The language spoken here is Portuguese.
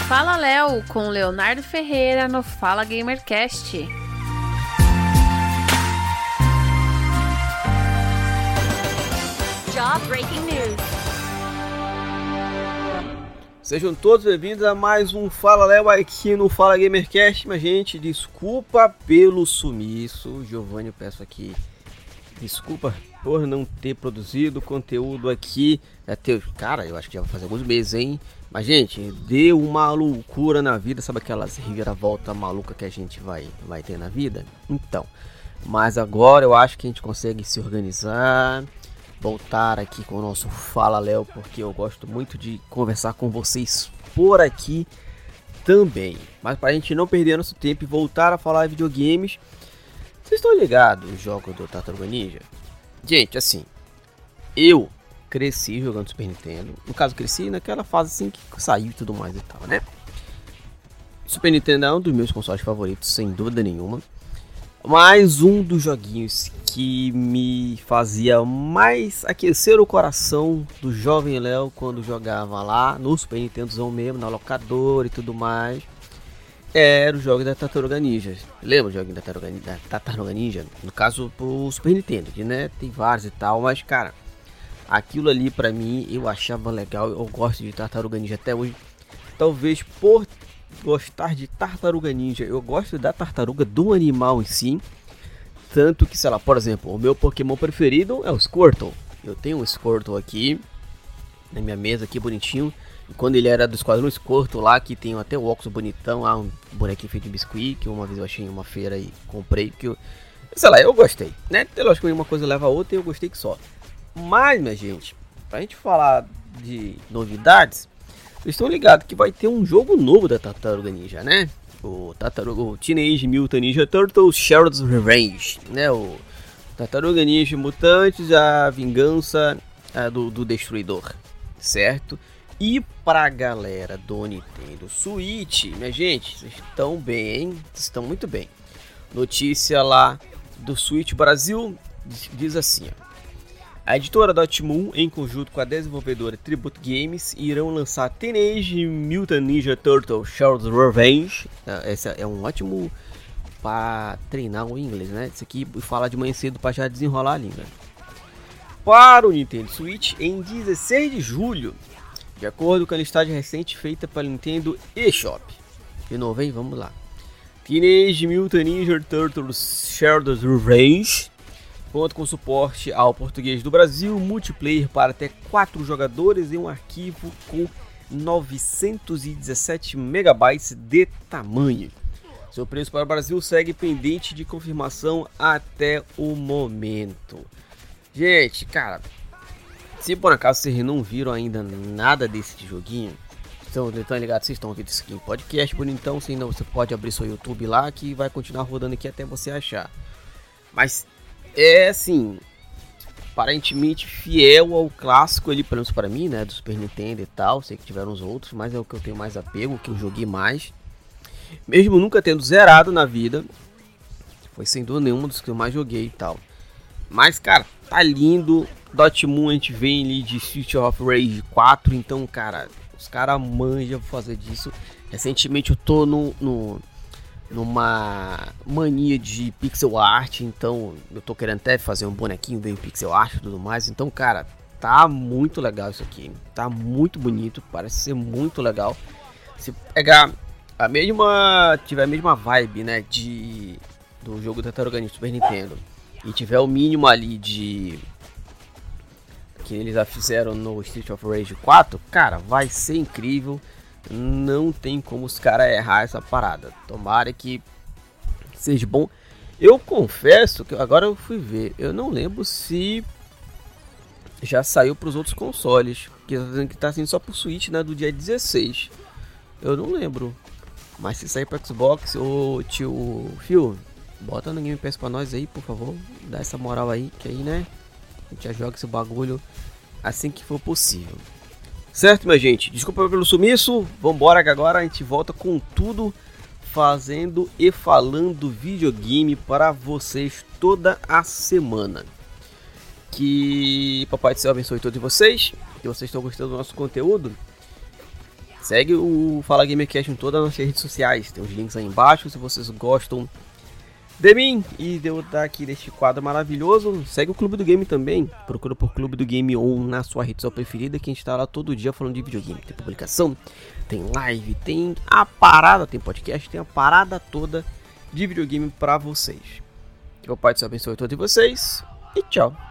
Fala Léo, com Leonardo Ferreira no Fala Gamercast. Job Breaking News. Sejam todos bem-vindos a mais um Fala Léo aqui no Fala Gamercast. Mas gente, desculpa pelo sumiço. Giovanni, eu peço aqui desculpa por não ter produzido conteúdo aqui. Cara, eu acho que já vai fazer alguns meses, hein? Mas, gente, deu uma loucura na vida. Sabe aquelas reviravoltas malucas que a gente vai ter na vida? Então, mas agora eu acho que a gente consegue se organizar, voltar aqui com o nosso Fala Léo, porque eu gosto muito de conversar com vocês por aqui também. Mas para a gente não perder nosso tempo e voltar a falar de videogames, vocês estão ligados o jogo do Tartaruga Ninja? Gente, assim, eu cresci jogando Super Nintendo. No caso, cresci naquela fase assim que saiu e tudo mais e tal, né? Super Nintendo é um dos meus consoles favoritos, sem dúvida nenhuma. Mas um dos joguinhos que me fazia mais aquecer o coração do jovem Léo quando jogava lá no Super Nintendozão mesmo, na locadora e tudo mais, era o jogo da Tartaruga Ninja. Lembra o jogo da Tartaruga Ninja? No caso, pro Super Nintendo, que, né, tem vários e tal, mas, cara, aquilo ali pra mim eu achava legal. Eu gosto de Tartaruga Ninja até hoje. Talvez por gostar de Tartaruga Ninja, eu gosto da tartaruga, do animal em si. Tanto que, sei lá, por exemplo, o meu Pokémon preferido é o Squirtle. Eu tenho um Squirtle aqui na minha mesa, aqui bonitinho. E quando ele era do Esquadrão Squirtle lá, que tem até o óculos bonitão, um bonequinho feito de biscuit, que uma vez eu achei em uma feira e comprei, porque sei lá, eu gostei, né? Lógico que uma coisa leva a outra e eu gostei que só. Mas, minha gente, pra gente falar de novidades, vocês estão ligados que vai ter um jogo novo da Tartaruga Ninja, né? O Teenage Mutant Ninja Turtles Shredder's Revenge, né? O Tartaruga Ninja Mutantes, a vingança do Destruidor, certo? E pra galera do Nintendo Switch, minha gente, vocês estão bem, hein? Estão muito bem. Notícia lá do Switch Brasil diz assim, ó. A editora Dotemu, em conjunto com a desenvolvedora Tribute Games, irão lançar Teenage Mutant Ninja Turtles Shredder's Revenge. Esse é um ótimo para treinar o inglês, né? Isso aqui fala de manhã cedo para já desenrolar a língua. Para o Nintendo Switch em 16 de julho, de acordo com a listagem recente feita pela Nintendo eShop. De novo, hein? Vamos lá. Teenage Mutant Ninja Turtles Shredder's Revenge conta com suporte ao português do Brasil, multiplayer para até 4 jogadores e um arquivo com 917 megabytes de tamanho. Seu preço para o Brasil segue pendente de confirmação até o momento. Gente, cara, se por acaso vocês não viram ainda nada desse joguinho, estão ligados, vocês estão ouvindo isso aqui em podcast, por então, se não, você pode abrir seu YouTube lá que vai continuar rodando aqui até você achar. Mas é assim, aparentemente fiel ao clássico ali, pelo menos para mim, né, do Super Nintendo e tal. Sei que tiveram os outros, mas é o que eu tenho mais apego, que eu joguei mais. Mesmo nunca tendo zerado na vida, foi sem dúvida nenhuma dos que eu mais joguei e tal. Mas, cara, tá lindo. Dotemu a gente vem ali de Streets of Rage 4, então, cara, os caras manjam fazer disso. Recentemente eu tô numa mania de pixel art, então eu tô querendo até fazer um bonequinho bem pixel art e tudo mais. Então, cara, tá muito legal isso aqui, tá muito bonito, parece ser muito legal. Se pegar tiver a mesma vibe, né, do jogo da Tartaruga Ninja Super Nintendo e tiver o mínimo ali de que eles já fizeram no Streets of Rage 4, cara, vai ser incrível. Não tem como os caras errar essa parada. Tomara que seja bom. Eu confesso que agora eu fui ver, eu não lembro se já saiu para os outros consoles, porque tá saindo só pro Switch, né, do dia 16. Eu não lembro. Mas se sair para Xbox, ô tio Phil, bota no Game Pass pra nós aí, por favor. Dá essa moral aí, que aí, né, a gente já joga esse bagulho assim que for possível. Certo, minha gente? Desculpa pelo sumiço. Vambora que agora a gente volta com tudo, fazendo e falando videogame para vocês toda a semana. Que Papai do Céu abençoe todos vocês. Que vocês estão gostando do nosso conteúdo. Segue o Fala Gamercast em todas as nossas redes sociais. Tem os links aí embaixo se vocês gostam de mim e de eu estar aqui neste quadro maravilhoso. Segue o Clube do Game também. Procura por Clube do Game On na sua rede social preferida, que a gente tá lá todo dia falando de videogame. Tem publicação, tem live, tem a parada, tem podcast, tem a parada toda de videogame pra vocês. Que o Pai do Céu abençoe todos vocês e tchau.